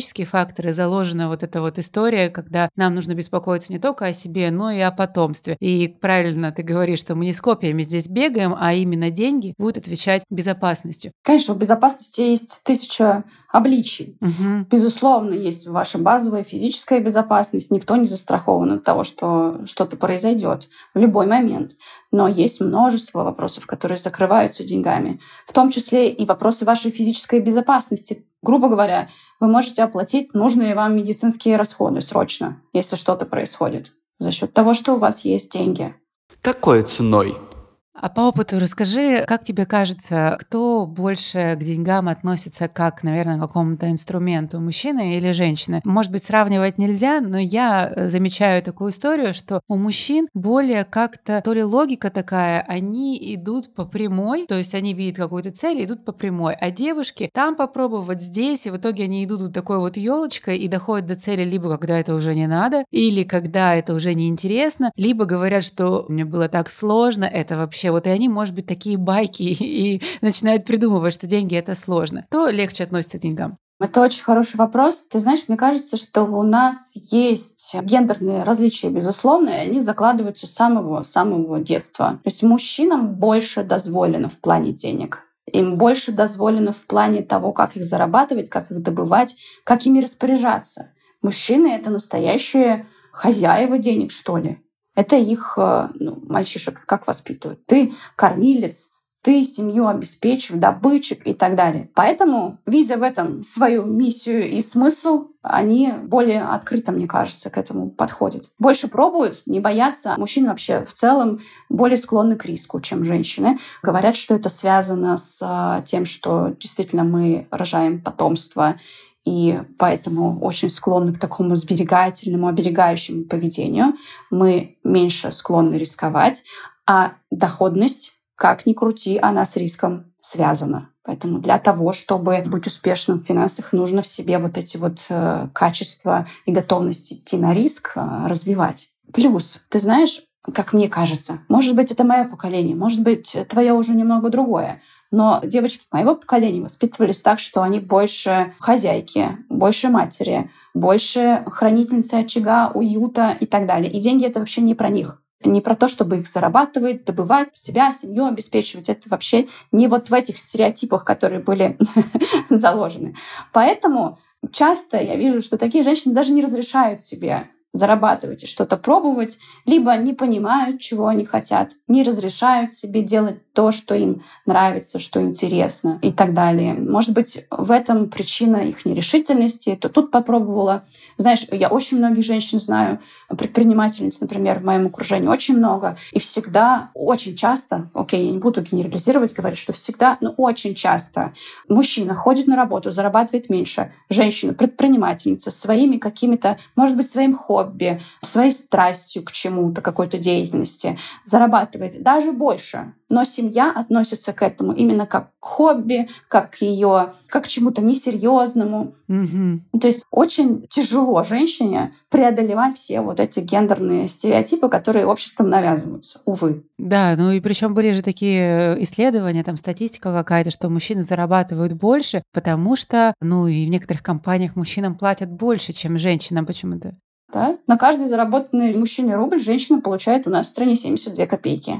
биологические факторы, заложена вот эта вот история, когда нам нужно беспокоиться не только о себе, но и о потомстве. И правильно ты говоришь, что мы не с копьями здесь бегаем, а именно деньги будут отвечать безопасностью. Конечно, в безопасности есть 1000 обличий. Безусловно, есть ваша базовая физическая безопасность. Никто не застрахован от того, что что-то произойдет в любой момент. Но есть множество вопросов, которые закрываются деньгами, в том числе и вопросы вашей физической безопасности. Грубо говоря, вы можете оплатить нужные вам медицинские расходы срочно, если что-то происходит, за счет того, что у вас есть деньги. Какой ценой? А по опыту расскажи, как тебе кажется, кто больше к деньгам относится как, наверное, к какому-то инструменту, мужчина или женщина? Может быть, сравнивать нельзя, но я замечаю такую историю, что у мужчин более как-то, то ли логика такая, они идут по прямой, то есть они видят какую-то цель, идут по прямой, а девушки там попробовать здесь, и в итоге они идут вот такой вот елочкой и доходят до цели либо когда это уже не надо, или когда это уже неинтересно, либо говорят, что мне было так сложно, это вообще вот и они, может быть, такие байки и начинают придумывать, что деньги — это сложно. Кто легче относится к деньгам? Это очень хороший вопрос. Ты знаешь, мне кажется, что у нас есть гендерные различия, безусловно, и они закладываются с самого детства. То есть мужчинам больше дозволено в плане денег. Им больше дозволено в плане того, как их зарабатывать, как их добывать, как ими распоряжаться. Мужчины — это настоящие хозяева денег, что ли. Это их, мальчишек как воспитывают. Ты кормилец, ты семью обеспечив, добытчик и так далее. Поэтому, видя в этом свою миссию и смысл, они более открыто, мне кажется, к этому подходят. Больше пробуют, не боятся. Мужчины вообще в целом более склонны к риску, чем женщины. Говорят, что это связано с тем, что действительно мы рожаем потомство, и поэтому очень склонны к такому сберегательному, оберегающему поведению. Мы меньше склонны рисковать, а доходность, как ни крути, она с риском связана. Поэтому для того, чтобы быть успешным в финансах, нужно в себе вот эти вот качества и готовность идти на риск развивать. Плюс, ты знаешь, как мне кажется, может быть, это мое поколение, может быть, твое уже немного другое, но девочки моего поколения воспитывались так, что они больше хозяйки, больше матери, больше хранительницы очага, уюта и так далее. И деньги — это вообще не про них. Не про то, чтобы их зарабатывать, добывать, себя, семью обеспечивать. Это вообще не вот в этих стереотипах, которые были заложены. Поэтому часто я вижу, что такие женщины даже не разрешают себе зарабатывать и что-то пробовать, либо не понимают, чего они хотят, не разрешают себе делать то, что им нравится, что интересно и так далее. Может быть, в этом причина их нерешительности. То тут попробовала. Знаешь, я очень многих женщин знаю, предпринимательниц, например, в моем окружении очень много. И всегда, очень часто, я не буду генерализировать, говорить, что всегда, но очень часто мужчина ходит на работу, зарабатывает меньше. Женщина, предпринимательница, своими какими-то, может быть, своим хобби, своей страстью к чему-то, какой-то деятельности, зарабатывает даже больше. Но семья относится к этому именно как к хобби, как к чему-то несерьезному. То есть очень тяжело женщине преодолевать все вот эти гендерные стереотипы, которые обществом навязываются, увы. Да, и причем были же такие исследования, там статистика какая-то, что мужчины зарабатывают больше, потому что, и в некоторых компаниях мужчинам платят больше, чем женщинам почему-то. Да? На каждый заработанный мужчине рубль женщина получает у нас в стране 72 копейки.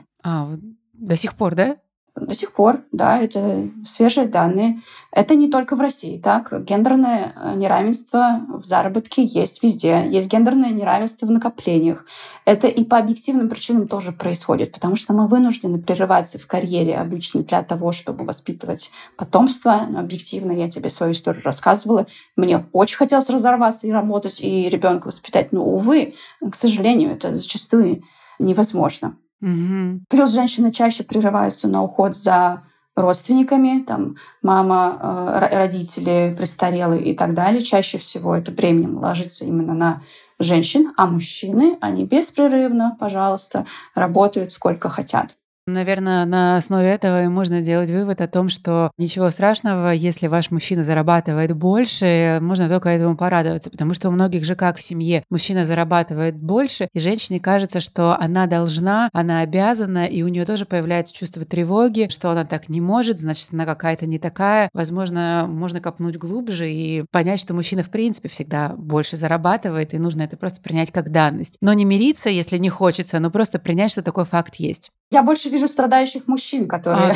До сих пор, да? До сих пор, да, это свежие данные. Это не только в России, так? Гендерное неравенство в заработке есть везде. Есть гендерное неравенство в накоплениях. Это и по объективным причинам тоже происходит, потому что мы вынуждены прерываться в карьере обычно для того, чтобы воспитывать потомство. Но объективно, я тебе свою историю рассказывала. Мне очень хотелось разорваться и работать, и ребенка воспитать. Но, увы, к сожалению, это зачастую невозможно. Плюс женщины чаще прерываются на уход за родственниками, там мама, родители престарелые и так далее. Чаще всего это бременем ложится именно на женщин, а мужчины, они беспрерывно, пожалуйста, работают сколько хотят. Наверное, на основе этого и можно сделать вывод о том, что ничего страшного, если ваш мужчина зарабатывает больше, можно только этому порадоваться, потому что у многих же как в семье мужчина зарабатывает больше, и женщине кажется, что она должна, она обязана, и у нее тоже появляется чувство тревоги, что она так не может, значит, она какая-то не такая. Возможно, можно копнуть глубже и понять, что мужчина в принципе всегда больше зарабатывает, и нужно это просто принять как данность. Но не мириться, если не хочется, но просто принять, что такой факт есть. Я больше вижу страдающих мужчин, которые...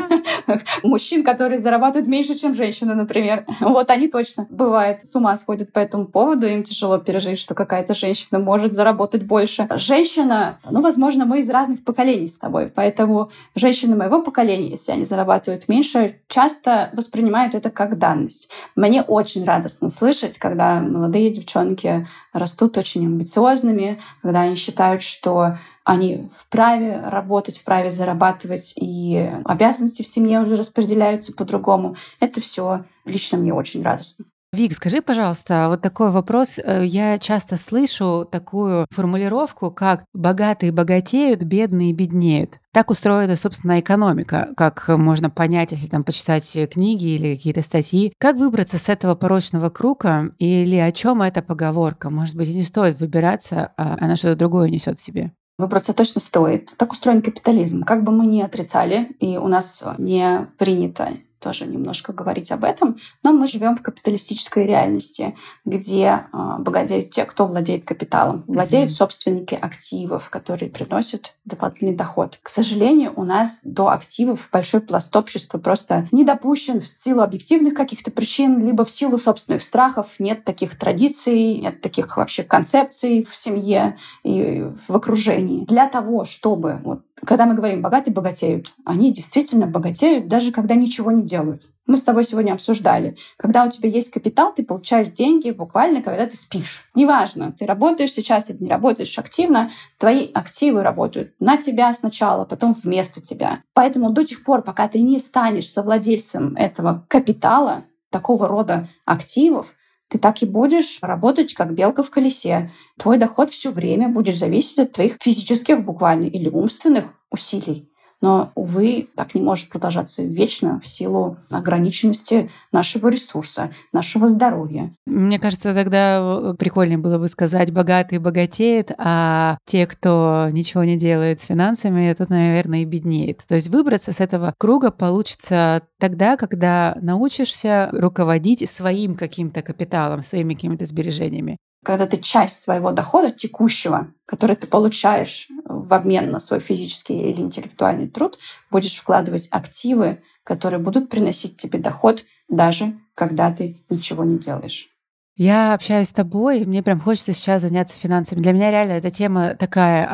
Мужчин, которые зарабатывают меньше, чем женщины, например. Вот они точно, бывает, с ума сходят по этому поводу. Им тяжело пережить, что какая-то женщина может заработать больше. Женщина, возможно, мы из разных поколений с тобой. Поэтому женщины моего поколения, если они зарабатывают меньше, часто воспринимают это как данность. Мне очень радостно слышать, когда молодые девчонки растут очень амбициозными, когда они считают, что они вправе работать, вправе зарабатывать, и обязанности в семье уже распределяются по-другому. Это все лично мне очень радостно. Вик, скажи, пожалуйста, вот такой вопрос. Я часто слышу такую формулировку, как «богатые богатеют, бедные беднеют». Так устроена, собственно, экономика, как можно понять, если там почитать книги или какие-то статьи. Как выбраться с этого порочного круга, или о чем эта поговорка? Может быть, и не стоит выбираться, а она что-то другое несет в себе? Выбраться точно стоит. Так устроен капитализм. Как бы мы ни отрицали, и у нас не принято тоже немножко говорить об этом, но мы живем в капиталистической реальности, где богатеют те, кто владеет капиталом, владеют собственники активов, которые приносят дополнительный доход. К сожалению, у нас до активов большой пласт общества просто не допущен в силу объективных каких-то причин, либо в силу собственных страхов. Нет таких традиций, нет таких вообще концепций в семье и в окружении. Для того, чтобы когда мы говорим «богатые богатеют», они действительно богатеют, даже когда ничего не делают. Мы с тобой сегодня обсуждали. Когда у тебя есть капитал, ты получаешь деньги буквально, когда ты спишь. Неважно, ты работаешь сейчас или не работаешь активно, твои активы работают на тебя сначала, потом вместо тебя. Поэтому до тех пор, пока ты не станешь совладельцем этого капитала, такого рода активов, ты так и будешь работать, как белка в колесе. Твой доход все время будет зависеть от твоих физических буквально или умственных усилий. Но, увы, так не может продолжаться вечно в силу ограниченности нашего ресурса, нашего здоровья. Мне кажется, тогда прикольнее было бы сказать «богатые богатеют», а те, кто ничего не делает с финансами, тут, наверное, и беднеет. То есть выбраться с этого круга получится тогда, когда научишься руководить своим каким-то капиталом, своими какими-то сбережениями. Когда ты часть своего дохода текущего, который ты получаешь в обмен на свой физический или интеллектуальный труд, будешь вкладывать активы, которые будут приносить тебе доход, даже когда ты ничего не делаешь. Я общаюсь с тобой, и мне прям хочется сейчас заняться финансами. Для меня реально эта тема такая,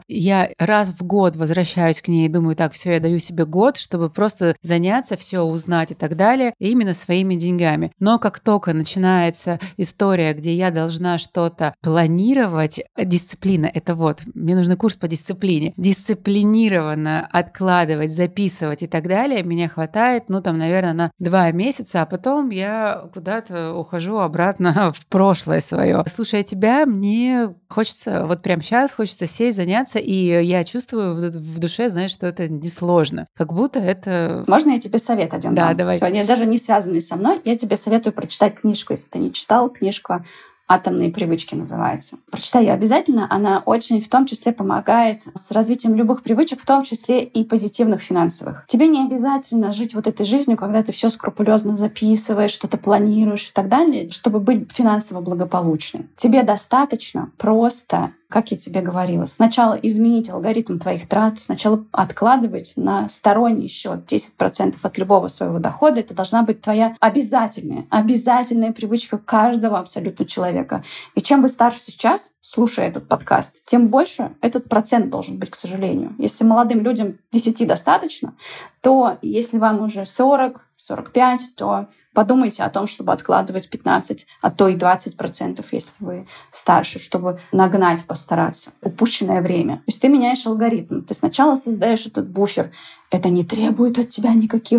я раз в год возвращаюсь к ней и думаю, так, все, я даю себе год, чтобы просто заняться, все узнать и так далее, именно своими деньгами. Но как только начинается история, где я должна что-то планировать, дисциплина, это мне нужен курс по дисциплине, дисциплинированно откладывать, записывать и так далее, меня хватает, наверное, на 2 месяца, а потом я куда-то ухожу обратно в прошлое свое. Слушая тебя, мне хочется, прямо сейчас хочется сесть, заняться, и я чувствую в душе, знаешь, что это несложно. Как будто это... Можно я тебе совет один дам? Да, давай. Сегодня даже не связанный со мной. Я тебе советую прочитать книжку, если ты не читал. Книжка «Атомные привычки» называется. Прочитай ее обязательно. Она очень в том числе помогает с развитием любых привычек, в том числе и позитивных финансовых. Тебе не обязательно жить этой жизнью, когда ты все скрупулезно записываешь, что-то планируешь и так далее, чтобы быть финансово благополучным. Тебе достаточно просто, как я тебе говорила, сначала изменить алгоритм твоих трат, сначала откладывать на сторонний счет 10% от любого своего дохода. Это должна быть твоя обязательная привычка каждого абсолютно человека. И чем вы старше сейчас, слушая этот подкаст, тем больше этот процент должен быть, к сожалению. Если молодым людям 10 достаточно, то если вам уже 40, 45, то подумайте о том, чтобы откладывать 15, а то и 20%, если вы старше, чтобы нагнать, постараться упущенное время. То есть ты меняешь алгоритм. Ты сначала создаешь этот буфер. Это не требует от тебя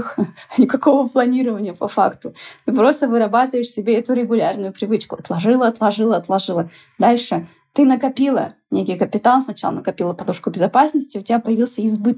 никакого планирования по факту. Ты просто вырабатываешь себе эту регулярную привычку. Отложила. Дальше ты накопила некий капитал, сначала накопила подушку безопасности, у тебя появился избыток.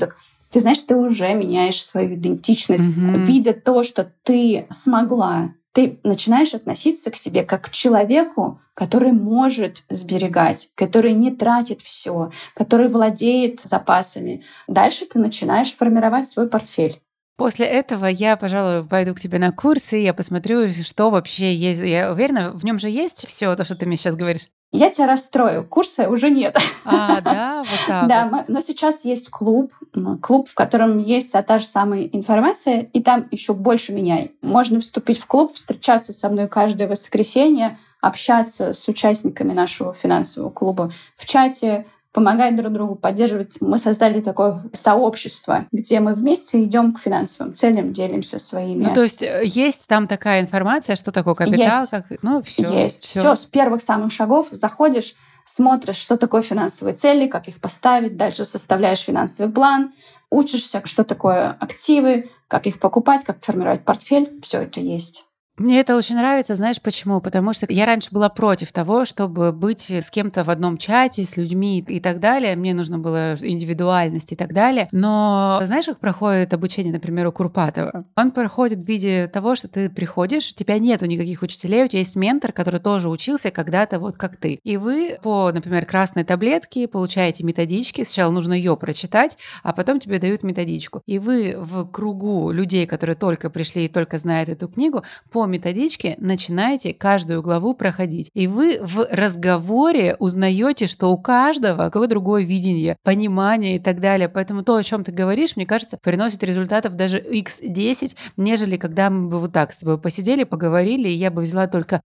ты знаешь, ты уже меняешь свою идентичность, видя то, что ты смогла. Ты начинаешь относиться к себе как к человеку, который может сберегать, который не тратит все, который владеет запасами. Дальше ты начинаешь формировать свой портфель. После этого я, пожалуй, пойду к тебе на курсы, я посмотрю, что вообще есть. Я уверена, в нем же есть все то, что ты мне сейчас говоришь. Я тебя расстрою, курса уже нет. Да, вот так. Да, но сейчас есть клуб, в котором есть вся та же самая информация, и там еще больше меня. Можно вступить в клуб, встречаться со мной каждое воскресенье, общаться с участниками нашего финансового клуба в чате, помогать друг другу, поддерживать. Мы создали такое сообщество, где мы вместе идем к финансовым целям, делимся своими. Ну, то есть есть там такая информация, что такое капитал? Есть. Есть. Все с первых самых шагов заходишь, смотришь, что такое финансовые цели, как их поставить, дальше составляешь финансовый план, учишься, что такое активы, как их покупать, как формировать портфель. Все это есть. Мне это очень нравится, знаешь почему? Потому что я раньше была против того, чтобы быть с кем-то в одном чате, с людьми и так далее. Мне нужно было индивидуальность и так далее. Но знаешь, как проходит обучение, например, у Курпатова? Он проходит в виде того, что ты приходишь, у тебя нету никаких учителей, у тебя есть ментор, который тоже учился когда-то вот как ты. И вы по, например, красной таблетке получаете методички. Сначала нужно ее прочитать, а потом тебе дают методичку. И вы в кругу людей, которые только пришли и только знают эту книгу, по методичке начинаете каждую главу проходить. И вы в разговоре узнаете, что у каждого какое другое видение, понимание и так далее. Поэтому то, о чем ты говоришь, мне кажется, приносит результатов даже x10, нежели когда мы бы вот так с тобой посидели, поговорили, и я бы взяла только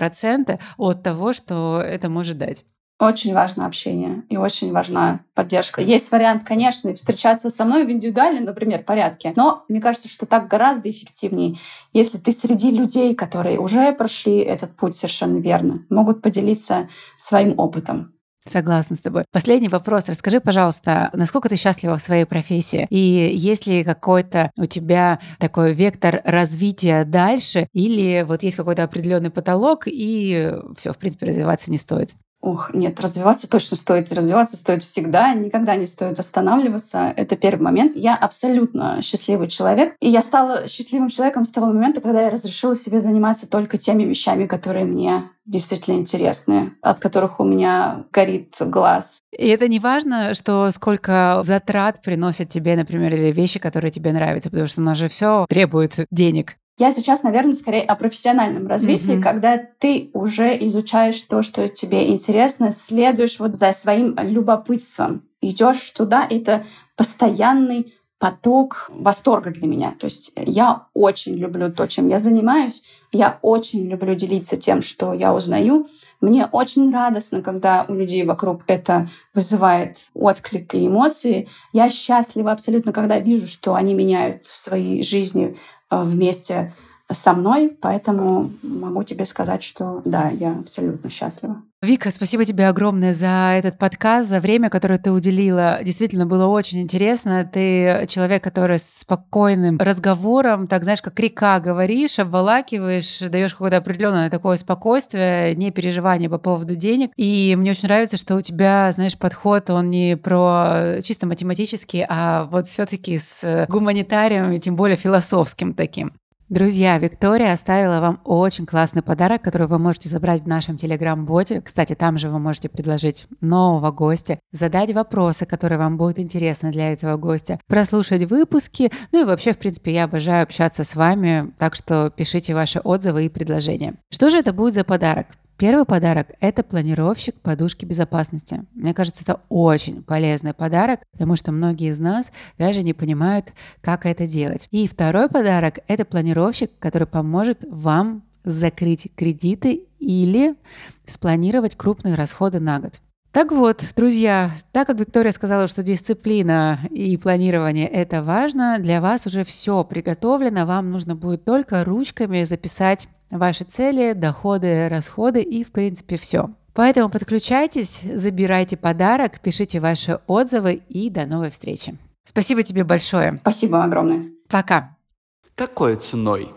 2% от того, что это может дать. Очень важно общение и очень важна поддержка. Есть вариант, конечно, встречаться со мной в индивидуальном, например, порядке. Но мне кажется, что так гораздо эффективнее, если ты среди людей, которые уже прошли этот путь совершенно верно, могут поделиться своим опытом. Согласна с тобой. Последний вопрос. Расскажи, пожалуйста, насколько ты счастлива в своей профессии? И есть ли какой-то у тебя такой вектор развития дальше? Или вот есть какой-то определенный потолок, и все, в принципе, развиваться не стоит? Нет, развиваться точно стоит. Развиваться стоит всегда, никогда не стоит останавливаться. Это первый момент. Я абсолютно счастливый человек. И я стала счастливым человеком с того момента, когда я разрешила себе заниматься только теми вещами, которые мне действительно интересны, от которых у меня горит глаз. И это не важно, что сколько затрат приносят тебе, например, или вещи, которые тебе нравятся, потому что у нас же все требует денег. Я сейчас, наверное, скорее о профессиональном развитии, когда ты уже изучаешь то, что тебе интересно, следуешь вот за своим любопытством, идешь туда, это постоянный поток восторга для меня. То есть я очень люблю то, чем я занимаюсь, я очень люблю делиться тем, что я узнаю. Мне очень радостно, когда у людей вокруг это вызывает отклик и эмоции. Я счастлива абсолютно, когда вижу, что они меняют свои жизни вместе со мной, поэтому могу тебе сказать, что да, я абсолютно счастлива. Вика, спасибо тебе огромное за этот подкаст, за время, которое ты уделила. Действительно, было очень интересно. Ты человек, который с спокойным разговором, так знаешь, как река говоришь, обволакиваешь, даешь какое-то определенное такое спокойствие, не переживание по поводу денег. И мне очень нравится, что у тебя, знаешь, подход, он не про чисто математический, а вот все-таки с гуманитарием и тем более философским таким. Друзья, Виктория оставила вам очень классный подарок, который вы можете забрать в нашем телеграм-боте. Кстати, там же вы можете предложить нового гостя, задать вопросы, которые вам будут интересны для этого гостя, прослушать выпуски. Ну и вообще, в принципе, я обожаю общаться с вами, так что пишите ваши отзывы и предложения. Что же это будет за подарок? Первый подарок – это планировщик подушки безопасности. Мне кажется, это очень полезный подарок, потому что многие из нас даже не понимают, как это делать. И второй подарок – это планировщик, который поможет вам закрыть кредиты или спланировать крупные расходы на год. Так вот, друзья, так как Виктория сказала, что дисциплина и планирование – это важно, для вас уже все приготовлено, вам нужно будет только ручками записать ваши цели, доходы, расходы и, в принципе, все. Поэтому подключайтесь, забирайте подарок, пишите ваши отзывы и до новой встречи. Спасибо тебе большое. Спасибо огромное. Пока. Какой ценой?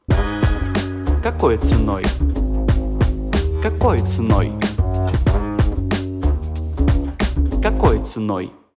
Какой ценой? Какой ценой? Какой ценой?